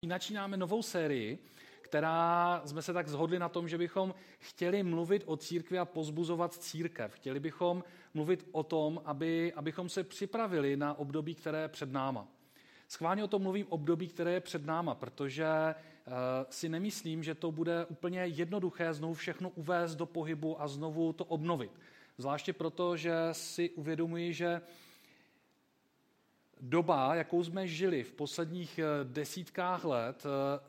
načínáme novou sérii, která jsme se tak shodli na tom, že bychom chtěli mluvit o církvi a pozbuzovat církev. Chtěli bychom mluvit o tom, abychom se připravili na období, které je před náma. Schválně o tom mluvím období, které je před náma, protože si nemyslím, že to bude úplně jednoduché znovu všechno uvést do pohybu a znovu to obnovit. Zvláště proto, že si uvědomuji, že doba, jakou jsme žili v posledních desítkách let,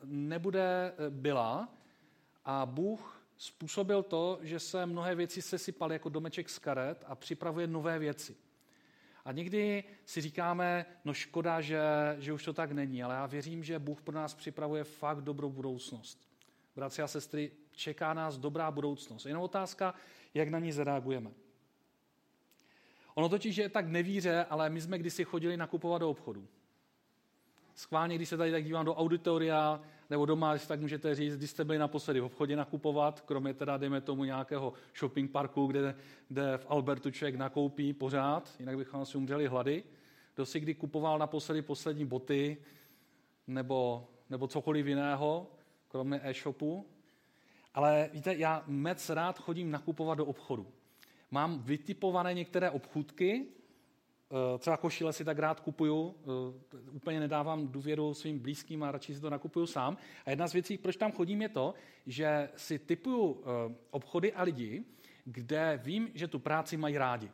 byla a Bůh způsobil to, že se mnohé věci sesypaly jako domeček z karet a připravuje nové věci. A někdy si říkáme, no škoda, že už to tak není, ale já věřím, že Bůh pro nás připravuje fakt dobrou budoucnost. Bratři a sestry, čeká nás dobrá budoucnost. Jenom otázka, jak na ní zareagujeme. Ono totiž je tak nevíře, ale my jsme kdysi chodili nakupovat do obchodu. Schválně, když se tady tak dívám do auditoria nebo doma, tak můžete říct, když jste byli naposledy v obchodě nakupovat, kromě teda, dejme tomu, nějakého shopping parku, kde v Albertu člověk nakoupí pořád, jinak bychom asi umřeli hlady. Kdo si kdy kupoval naposledy poslední boty nebo cokoliv jiného, kromě e-shopu. Ale víte, já moc rád chodím nakupovat do obchodu. Mám vytipované některé obchůdky, třeba košile si tak rád kupuju, úplně nedávám důvěru svým blízkým a radši si to nakupuju sám. A jedna z věcí, proč tam chodím, je to, že si tipuju obchody a lidi, kde vím, že tu práci mají rádi.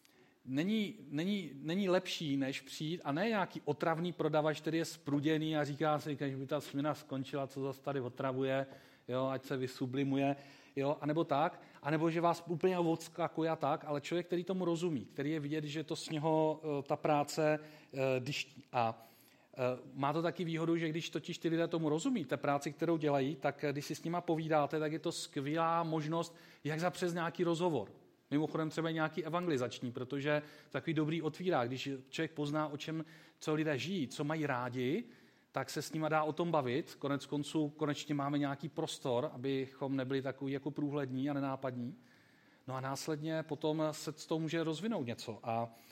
Není lepší, než přijít a ne nějaký otravný prodavač, který je spruděný a říká si, že by ta směna skončila, co zase tady otravuje, jo, ať se vysublimuje, jo, anebo tak, anebo že vás úplně odskakuje a tak, ale člověk, který tomu rozumí, který je vidět, že to z něho ta práce dyští. A má to taky výhodu, že když totiž ty lidé tomu rozumí, té práci, kterou dělají, tak když si s nima povídáte, tak je to skvělá možnost, jak zapřes nějaký rozhovor. Mimochodem třeba nějaký evangelizační, protože takový dobrý otvírá. Když člověk pozná, o čem co lidé žijí, co mají rádi, tak se s nima dá o tom bavit. Konec konců konečně máme nějaký prostor, abychom nebyli takový jako průhlední a nenápadní. No a následně potom se z toho může rozvinout něco.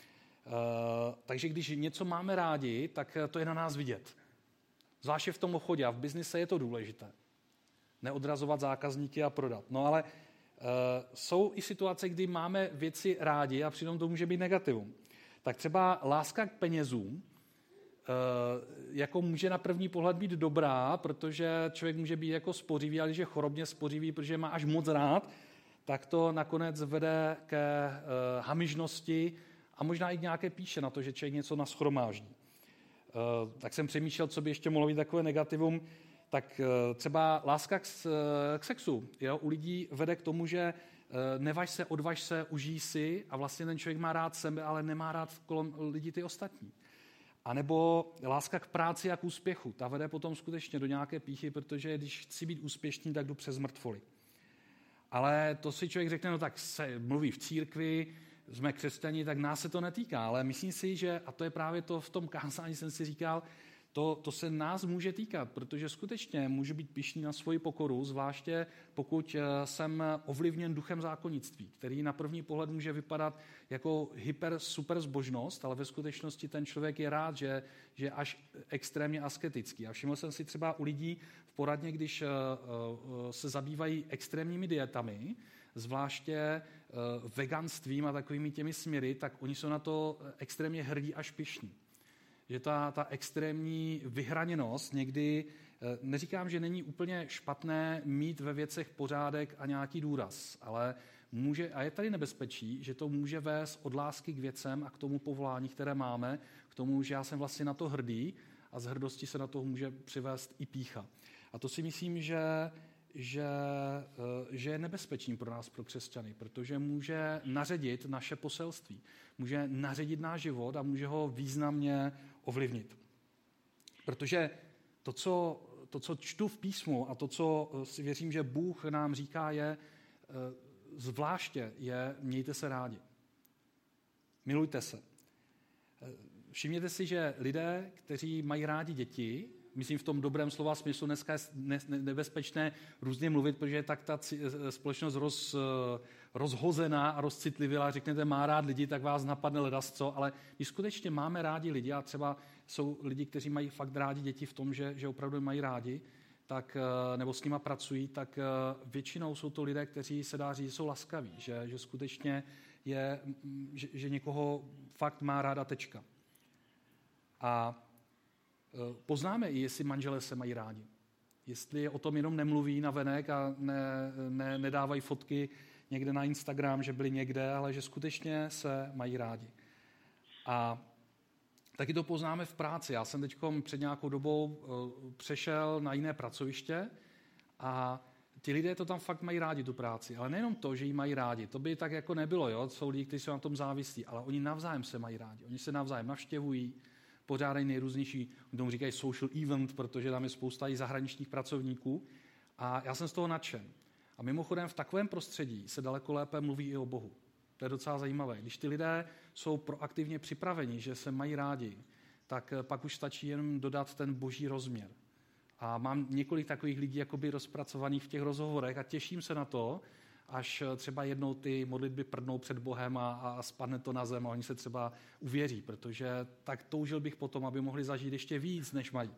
Takže když něco máme rádi, tak to je na nás vidět. Zvláště v tom obchodě a v biznise je to důležité. Neodrazovat zákazníky a prodat. No ale jsou i situace, kdy máme věci rádi a přitom to může být negativum. Tak třeba láska k penězům jako může na první pohled být dobrá, protože člověk může být jako spořivý, ale když je chorobně spořivý, protože má až moc rád, tak to nakonec vede ke hamižnosti a možná i nějaké píše na to, že člověk něco nashromáždí. Tak jsem přemýšlel, co by ještě mohlo být takové negativum. Tak třeba láska k sexu, jo, u lidí vede k tomu, že nevaž se, odvaž se, užij si a vlastně ten člověk má rád sebe, ale nemá rád kolem lidí ty ostatní. A nebo láska k práci a k úspěchu. Ta vede potom skutečně do nějaké pýchy, protože když chci být úspěšný, tak jdu přes mrtvoly. Ale to si člověk řekne, no tak se mluví v církvi, jsme křesťani, tak nás se to netýká. Ale myslím si, že, a to je právě to v tom kázání, jsem si říkal, to se nás může týkat, protože skutečně můžu být pyšný na svoji pokoru, zvláště pokud jsem ovlivněn duchem zákonnictví, který na první pohled může vypadat jako super zbožnost, ale ve skutečnosti ten člověk je rád, že je až extrémně asketický. A všiml jsem si třeba u lidí v poradně, když se zabývají extrémními dietami, zvláště veganstvím a takovými těmi směry, tak oni jsou na to extrémně hrdí až pyšní. Že ta extrémní vyhraněnost někdy, neříkám, že není úplně špatné mít ve věcech pořádek a nějaký důraz, ale a je tady nebezpečí, že to může vést od lásky k věcem a k tomu povolání, které máme, k tomu, že já jsem vlastně na to hrdý a z hrdosti se na to může přivést i pýcha. A to si myslím, že je nebezpečný pro nás, pro křesťany, protože může naředit naše poselství, může naředit náš život a může ho významně ovlivnit. Protože to, co čtu v písmu a to, co si věřím, že Bůh nám říká, je zvláště mějte se rádi. Milujte se. Všimněte si, že lidé, kteří mají rádi děti, myslím v tom dobrém slova smyslu, dneska je nebezpečné různě mluvit, protože je tak ta společnost rozhozená a rozcitlivila, řeknete, má rád lidi, tak vás napadne ledasco, ale když skutečně máme rádi lidi, a třeba jsou lidi, kteří mají fakt rádi děti v tom, že opravdu mají rádi, tak, nebo s nima pracují, tak většinou jsou to lidé, kteří se dá říct, jsou laskaví, že skutečně že někoho fakt má ráda tečka. A poznáme i, jestli manželé se mají rádi. Jestli o tom jenom nemluví navenek a nedávají fotky někde na Instagram, že byli někde, ale že skutečně se mají rádi. A taky to poznáme v práci. Já jsem teď před nějakou dobou přešel na jiné pracoviště a ti lidé to tam fakt mají rádi, tu práci. Ale nejenom to, že ji mají rádi. To by tak jako nebylo, jo? Jsou lidi, kteří jsou na tom závislí, ale oni navzájem se mají rádi. Oni se navzájem navštěvují, pořádají nejrůznější, tomu říkají social event, protože tam je spousta i zahraničních pracovníků. A já jsem z toho nadšen. A mimochodem v takovém prostředí se daleko lépe mluví i o Bohu. To je docela zajímavé. Když ty lidé jsou proaktivně připraveni, že se mají rádi, tak pak už stačí jenom dodat ten boží rozměr. A mám několik takových lidí jakoby rozpracovaných v těch rozhovorech a těším se na to, až třeba jednou ty modlitby prdnou před Bohem a spadne to na zem a oni se třeba uvěří, protože tak toužil bych potom, aby mohli zažít ještě víc, než mají.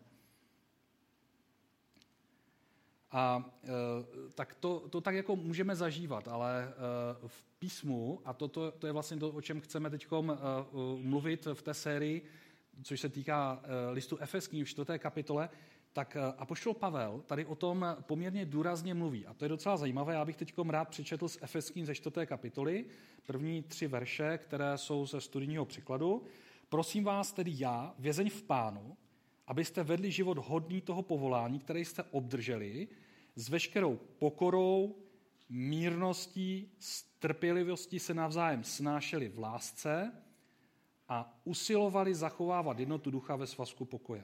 A tak to tak jako můžeme zažívat, ale v písmu, a to je vlastně to, o čem chceme teď mluvit v té sérii, což se týká listu Efeským v 4. kapitole, tak apoštol Pavel tady o tom poměrně důrazně mluví. A to je docela zajímavé. Já bych teď rád přečetl z Efeským ze 4. kapitoly, první 3 verše, které jsou ze studijního překladu. Prosím vás tedy já, vězeň v Pánu, abyste vedli život hodný toho povolání, které jste obdrželi, s veškerou pokorou, mírností, trpělivostí se navzájem snášeli v lásce a usilovali zachovávat jednotu ducha ve svazku pokoje.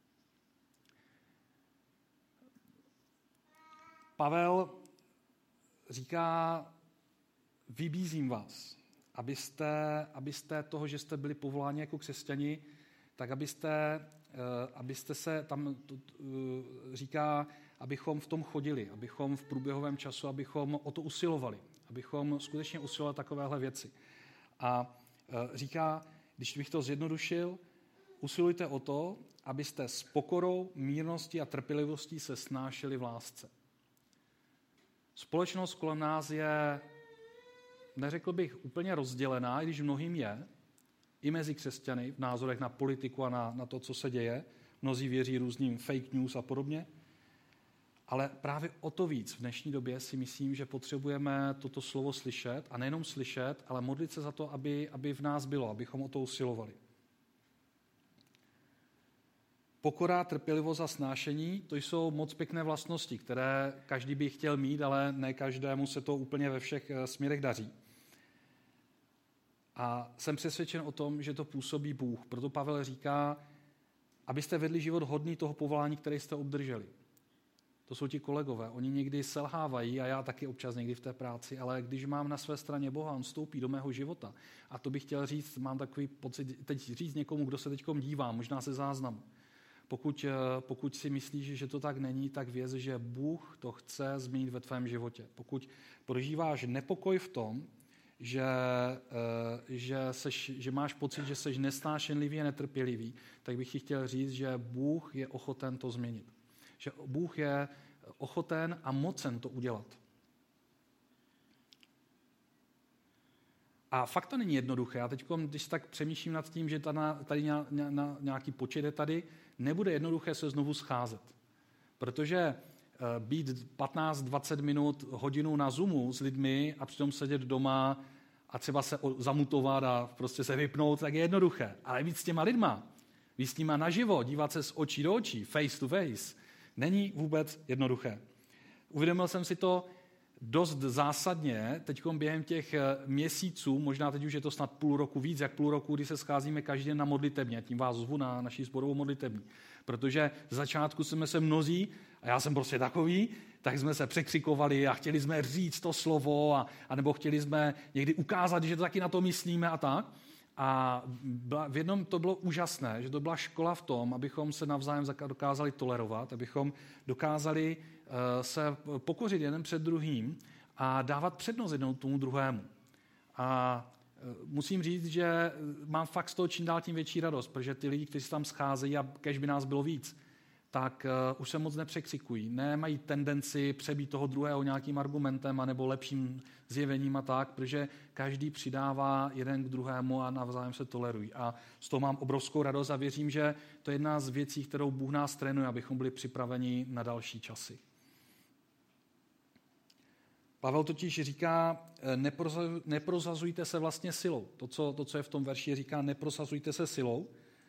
Pavel říká, vybízím vás, abyste toho, že jste byli povoláni jako křesťani, tak abyste se tam říká, abychom v tom chodili, abychom v průběhovém času, abychom o to usilovali, abychom skutečně usilovali takovéhle věci. A říká, když bych to zjednodušil, usilujte o to, abyste s pokorou, mírností a trpělivostí se snášeli v lásce. Společnost kolem nás je, neřekl bych, úplně rozdělená, i když mnohým je, i mezi křesťany v názorech na politiku a na to, co se děje. Mnozí věří různým fake news a podobně. Ale právě o to víc v dnešní době si myslím, že potřebujeme toto slovo slyšet a nejenom slyšet, ale modlit se za to, aby v nás bylo, abychom o to usilovali. Pokora, trpělivost a snášení, to jsou moc pěkné vlastnosti, které každý by chtěl mít, ale ne každému se to úplně ve všech směrech daří. A jsem přesvědčen o tom, že to působí Bůh. Proto Pavel říká, abyste vedli život hodný toho povolání, které jste obdrželi. To jsou ti kolegové. Oni někdy selhávají a já taky občas někdy v té práci, ale když mám na své straně Boha, on vstoupí do mého života. A to bych chtěl říct, mám takový pocit, teď říct někomu, kdo se teď dívá, možná se záznamu. Pokud si myslíš, že to tak není, tak věz, že Bůh to chce změnit ve tvém životě. Pokud prožíváš nepokoj v tom, že máš pocit, že jsi nesnášenlivý a netrpělivý, tak bych ti chtěl říct, že Bůh je ochoten to změnit. Že Bůh je ochoten a mocen to udělat. A fakt to není jednoduché. Já teď, když tak přemýšlím nad tím, že tady nějaký počet je tady, nebude jednoduché se znovu scházet. Protože být 15-20 minut, hodinu na Zoomu s lidmi a přitom sedět doma a třeba se zamutovat a prostě se vypnout, tak je jednoduché. Ale být s těma lidma, být s nima naživo, dívat se z očí do očí, face to face, není vůbec jednoduché. Uvědomil jsem si to dost zásadně teď během těch měsíců, možná teď už je to snad půl roku víc, jak půl roku, kdy se scházíme každý den na modlitebně. Tím vás zvu na naší sborovou modlitební. Protože z začátku jsme se mnozí, a já jsem prostě takový, tak jsme se překřikovali a chtěli jsme říct to slovo, a nebo chtěli jsme někdy ukázat, že to taky na to myslíme a tak. A v jednom to bylo úžasné, že to byla škola v tom, abychom se navzájem dokázali tolerovat, abychom dokázali se pokořit jeden před druhým a dávat přednost jednomu tomu druhému. A musím říct, že mám fakt z toho čím dál tím větší radost, protože ty lidi, kteří se tam scházejí, a kež by nás bylo víc, tak už se moc nepřekřikují. Nemají tendenci přebít toho druhého nějakým argumentem anebo lepším zjevením a tak, protože každý přidává jeden k druhému a navzájem se tolerují. A z toho mám obrovskou radost a věřím, že to je jedna z věcí, kterou Bůh nás trénuje, abychom byli připraveni na další časy. Pavel totiž říká, neprosazujte se vlastně silou. To, co je v tom verši, říká, neprosazujte se silou.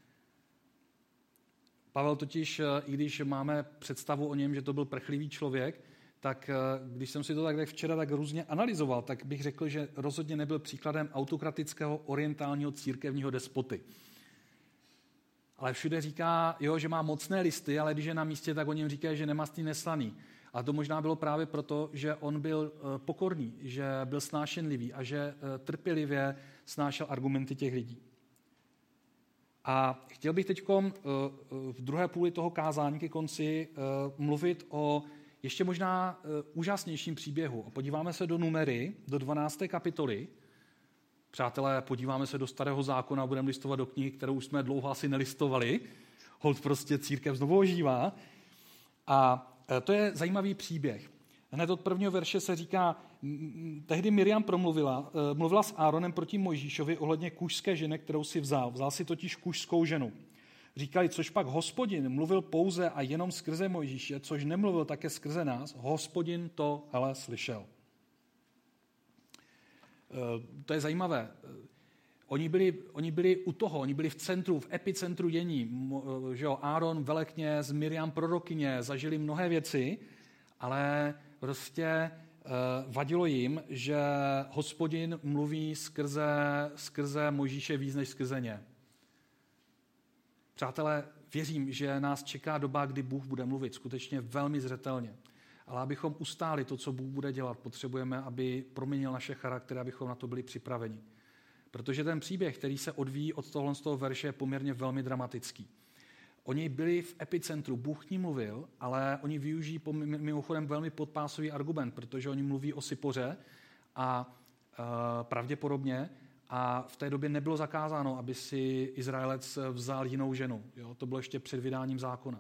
Pavel totiž, i když máme představu o něm, že to byl prchlivý člověk, tak když jsem si to tak včera tak různě analyzoval, tak bych řekl, že rozhodně nebyl příkladem autokratického orientálního církevního despoty. Ale všude říká, že má mocné listy, ale když je na místě, tak o něm říká, že nemastný neslaný. A to možná bylo právě proto, že on byl pokorný, že byl snášenlivý a že trpělivě snášel argumenty těch lidí. A chtěl bych teď v druhé půli toho kázání ke konci mluvit o ještě možná úžasnějším příběhu. Podíváme se do Numery, do 12. kapitoly. Přátelé, podíváme se do Starého zákona a budeme listovat do knihy, kterou už jsme dlouho asi nelistovali. Holt prostě církev znovu ožívá. A to je zajímavý příběh. Hned od prvního verše se říká, tehdy Miriam mluvila s Áronem proti Mojžíšovi ohledně kušské ženy, kterou si vzal. Vzal si totiž kušskou ženu. Říkali, což pak Hospodin mluvil pouze a jenom skrze Mojžíše, což nemluvil také skrze nás, Hospodin to slyšel. To je zajímavé. Oni byli u toho, oni byli v centru, v epicentru dění. Že jo, Áron, velekněz, Miriam, prorokyně, zažili mnohé věci, ale prostě vadilo jim, že Hospodin mluví skrze Mojžíše víc než skrze ně. Přátelé, věřím, že nás čeká doba, kdy Bůh bude mluvit skutečně velmi zřetelně. Ale abychom ustáli to, co Bůh bude dělat, potřebujeme, aby proměnil naše charaktery, abychom na to byli připraveni. Protože ten příběh, který se odvíjí od tohle z toho verše, je poměrně velmi dramatický. Oni byli v epicentru, Bůh k ním mluvil, ale oni využijí mimochodem velmi podpásový argument, protože oni mluví o Sipoře a pravděpodobně a v té době nebylo zakázáno, aby si Izraelec vzal jinou ženu. Jo? To bylo ještě před vydáním zákona.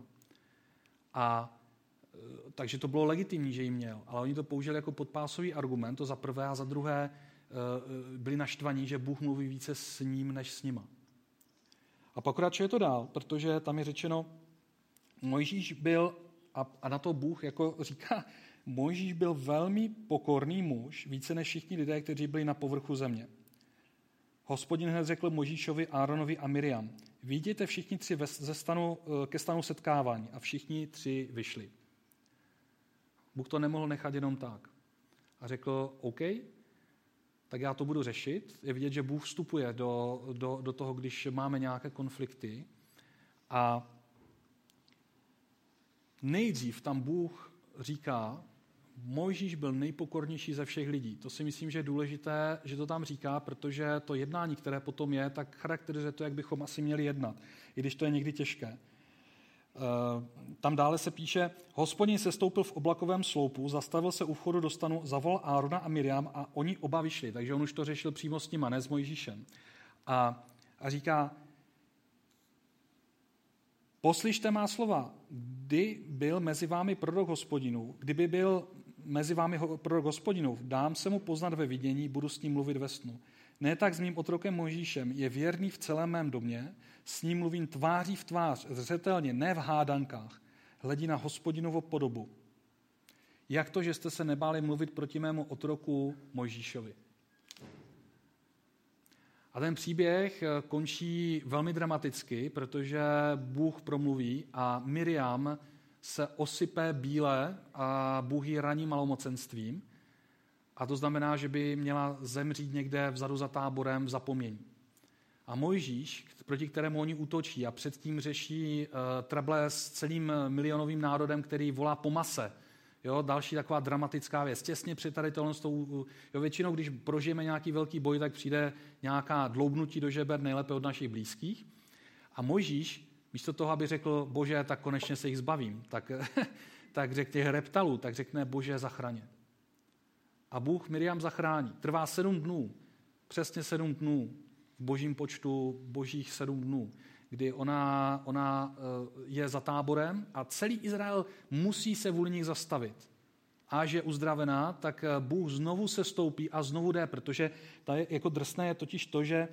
Takže to bylo legitimní, že ji měl, ale oni to použili jako podpásový argument, to za prvé a za druhé byli naštvaní, že Bůh mluví více s ním než s nima. A pokračuje to dál, protože tam je řečeno, Mojžíš byl, a na to Bůh jako říká, Mojžíš byl velmi pokorný muž, více než všichni lidé, kteří byli na povrchu země. Hospodin hned řekl Mojžíšovi, Áronovi a Miriam, vyjděte všichni tři ke stanu setkávání a všichni tři vyšli. Bůh to nemohl nechat jenom tak. A řekl, OK, tak já to budu řešit. Je vidět, že Bůh vstupuje do toho, když máme nějaké konflikty. A nejdřív tam Bůh říká, Mojžíš byl nejpokornější ze všech lidí. To si myslím, že je důležité, že to tam říká, protože to jednání, které potom je, tak charakterizuje to, jak bychom asi měli jednat, i když to je někdy těžké. Tam dále se píše, Hospodin sestoupil v oblakovém sloupu, zastavil se u vchodu do stanu, zavolal Árona a Miriam a oni oba vyšli, takže on už to řešil přímo s nima, ne s Mojžíšem. A říká, poslyšte má slova, kdyby byl mezi vámi prorok Hospodinův, dám se mu poznat ve vidění, budu s ním mluvit ve snu. Ne tak s mým otrokem Mojžíšem, je věrný v celém mém domě, s ním mluvím tváří v tvář, zřetelně, ne v hádankách, hledí na Hospodinovu podobu. Jak to, že jste se nebáli mluvit proti mému otroku Mojžíšovi? A ten příběh končí velmi dramaticky, protože Bůh promluví a Miriam se osype bíle a Bůh ji raní malomocenstvím. A to znamená, že by měla zemřít někde vzadu za táborem v zapomnění. A Mojžíš, proti kterému oni útočí a předtím řeší trable s celým milionovým národem, který volá po mase, Jo, další taková dramatická věc. Těsně před tady tohle, většinou, když prožijeme nějaký velký boj, tak přijde nějaká dloubnutí do žeber, nejlépe od našich blízkých. A Mojžíš, místo toho, aby řekl, Bože, tak konečně se jich zbavím, tak řekl těch reptalů, tak řekne, Bože, zachraně. A Bůh Miriam zachrání. Trvá 7 dnů, přesně 7 dnů v božím počtu božích 7 dnů, kdy ona je za táborem a celý Izrael musí se vůli nich zastavit. A až je uzdravená, tak Bůh znovu se stoupí a znovu jde, protože tady jako drsné je totiž to, že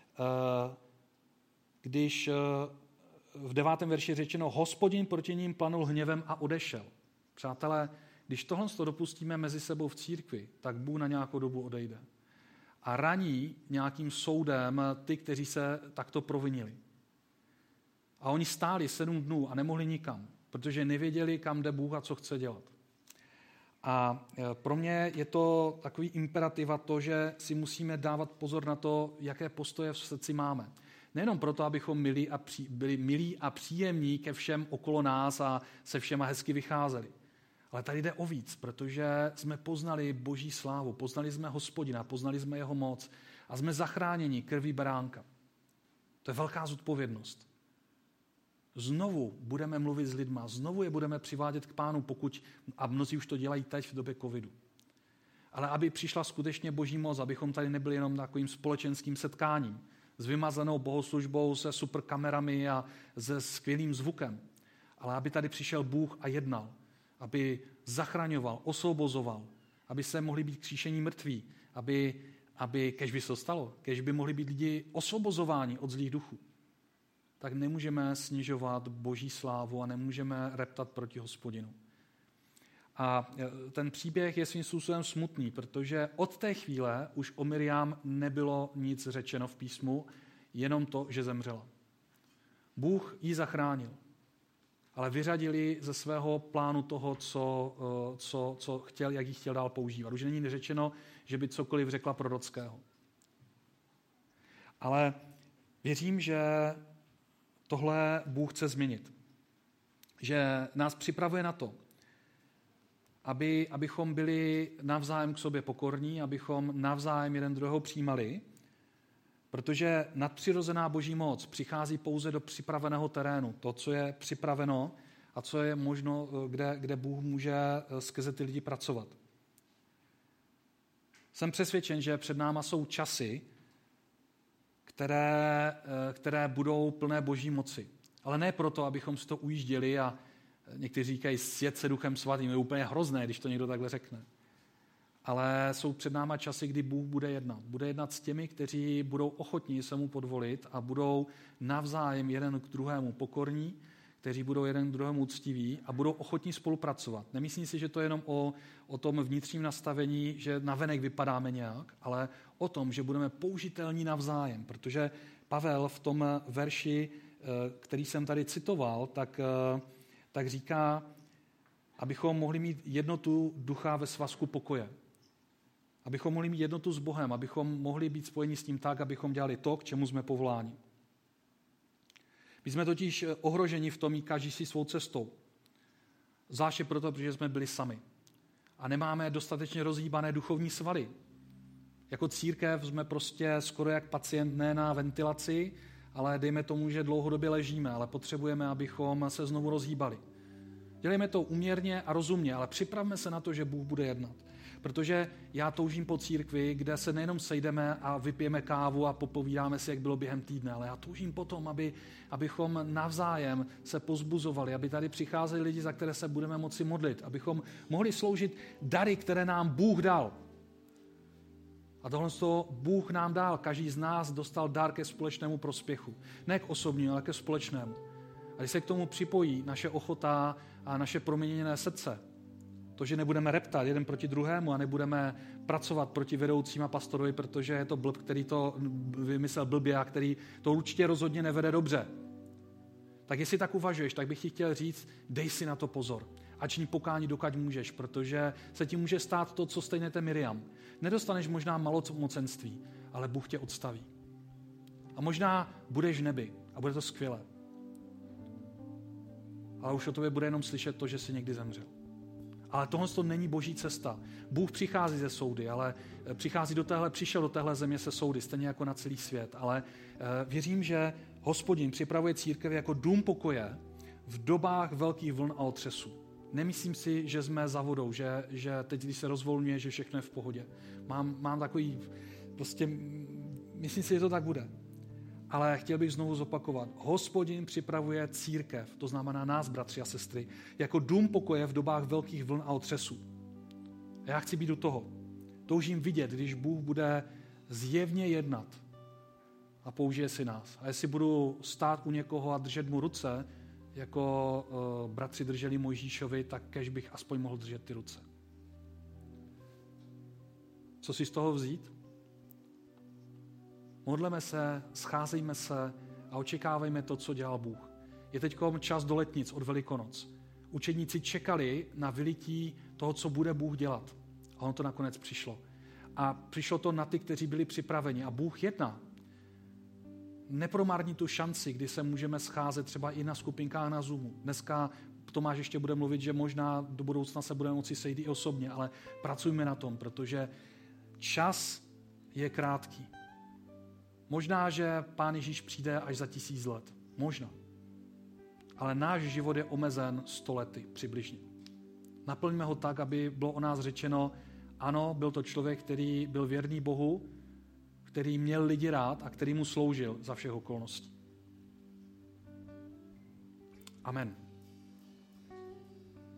když v 9. verši řečeno, Hospodin proti ním planul hněvem a odešel. Přátelé, když tohle dopustíme mezi sebou v církvi, tak Bůh na nějakou dobu odejde. A raní nějakým soudem ty, kteří se takto provinili. A oni stáli 7 dnů a nemohli nikam, protože nevěděli, kam jde Bůh a co chce dělat. A pro mě je to takový imperativ a to, že si musíme dávat pozor na to, jaké postoje v srdci máme. Nejenom proto, abychom byli milí a příjemní ke všem okolo nás a se všema hezky vycházeli. Ale tady jde o víc, protože jsme poznali Boží slávu, poznali jsme Hospodina, poznali jsme jeho moc a jsme zachráněni krví beránka. To je velká zodpovědnost. Znovu budeme mluvit s lidma, znovu je budeme přivádět k Pánu, a mnozí už to dělají teď v době covidu. Ale aby přišla skutečně Boží moc, abychom tady nebyli jenom takovým společenským setkáním, s vymazanou bohoslužbou, se super kamerami a se skvělým zvukem. Ale aby tady přišel Bůh a jednal, aby zachraňoval, osvobozoval, aby se mohli být kříšení mrtví, aby kež by se to stalo, kež by mohli být lidi osvobozováni od zlých duchů. Tak nemůžeme snižovat Boží slávu a nemůžeme reptat proti Hospodinu. A ten příběh je svým způsobem smutný, protože od té chvíle už o Miriam nebylo nic řečeno v písmu, jenom to, že zemřela. Bůh ji zachránil, ale vyřadili ze svého plánu toho, co chtěl, jak ji chtěl dál používat. Už není řečeno, že by cokoliv řekla prorockého. Ale věřím, že tohle Bůh chce změnit. Že nás připravuje na to, abychom byli navzájem k sobě pokorní, abychom navzájem jeden druhého přijímali, protože nadpřirozená Boží moc přichází pouze do připraveného terénu. To, co je připraveno a co je možno, kde Bůh může skrze ty lidi pracovat. Jsem přesvědčen, že před náma jsou časy, které budou plné Boží moci. Ale ne proto, abychom si to ujížděli a někteří říkají, sjet se Duchem Svatým. Je úplně hrozné, když to někdo takhle řekne. Ale jsou před náma časy, kdy Bůh bude jednat. Bude jednat s těmi, kteří budou ochotní se mu podvolit a budou navzájem jeden k druhému pokorní, kteří budou jeden k druhému úctiví a budou ochotní spolupracovat. Nemyslím si, že to je jenom o tom vnitřním nastavení, že navenek vypadáme nějak, ale o tom, že budeme použitelní navzájem. Protože Pavel v tom verši, který jsem tady citoval, tak říká, abychom mohli mít jednotu ducha ve svazku pokoje. Abychom mohli mít jednotu s Bohem, abychom mohli být spojeni s tím tak, abychom dělali to, k čemu jsme povoláni. My jsme totiž ohroženi v tom, každý si svou cestou. Zvláště proto, protože jsme byli sami. A nemáme dostatečně rozhýbané duchovní svaly. Jako církev jsme prostě skoro jak pacient, ne na ventilaci, ale dejme tomu, že dlouhodobě ležíme, ale potřebujeme, abychom se znovu rozhýbali. Dělejme to uměrně a rozumně, ale připravme se na to, že Bůh bude jednat. Protože já toužím po církvi, kde se nejenom sejdeme a vypijeme kávu a popovídáme si, jak bylo během týdne, ale já toužím potom, abychom navzájem se pozbuzovali, aby tady přicházeli lidi, za které se budeme moci modlit, abychom mohli sloužit dary, které nám Bůh dal. A tohle z toho Bůh nám dal. Každý z nás dostal dar ke společnému prospěchu. Ne k osobnímu, ale ke společnému. A když se k tomu připojí naše ochota a naše proměněné srdce, to, že nebudeme reptat jeden proti druhému a nebudeme pracovat proti vedoucím a pastorovi, protože je to blb, který to vymyslel blbě a který to určitě rozhodně nevede dobře. Tak jestli tak uvažuješ, tak bych ti chtěl říct, dej si na to pozor. A čiň pokání, dokud můžeš, protože se ti může stát to, co stejněte Miriam. Nedostaneš možná malomocenství, ale Bůh tě odstaví. A možná budeš v nebi a bude to skvělé. Ale už o tobě bude jenom slyšet to, že jsi někdy zemřel. Ale tohle to není boží cesta. Bůh přichází ze soudy, ale přišel do téhle země se soudy, stejně jako na celý svět. Ale věřím, že Hospodin připravuje církev jako dům pokoje v dobách velkých vln a otřesů. Nemyslím si, že jsme za vodou, že teď, když se rozvolňuje, že všechno je v pohodě. Mám takový, myslím si, že to tak bude. Ale chtěl bych znovu zopakovat. Hospodin připravuje církev, to znamená nás, bratři a sestry, jako dům pokoje v dobách velkých vln a otřesů. Já chci být u toho. Toužím vidět, když Bůh bude zjevně jednat a použije si nás. A jestli budu stát u někoho a držet mu ruce, jako bratři drželi Mojžíšovi, tak kéž bych aspoň mohl držet ty ruce. Co si z toho vzít? Modleme se, scházejme se a očekávejme to, co dělal Bůh. Je teď čas do letnic od Velikonoc. Učedníci čekali na vylití toho, co bude Bůh dělat. A ono to nakonec přišlo. A přišlo to na ty, kteří byli připraveni. A Bůh jedná. Nepromarní tu šanci, kdy se můžeme scházet třeba i na skupinkách na Zoomu. Dneska Tomáš ještě bude mluvit, že možná do budoucna se budeme moci sejít i osobně, ale pracujme na tom, protože čas je krátký. Možná, že Pán Ježíš přijde až za 1000 let. Možná. Ale náš život je omezen 100 lety přibližně. Naplňme ho tak, aby bylo o nás řečeno, ano, byl to člověk, který byl věrný Bohu, který měl lidi rád a který mu sloužil za všech okolností. Amen.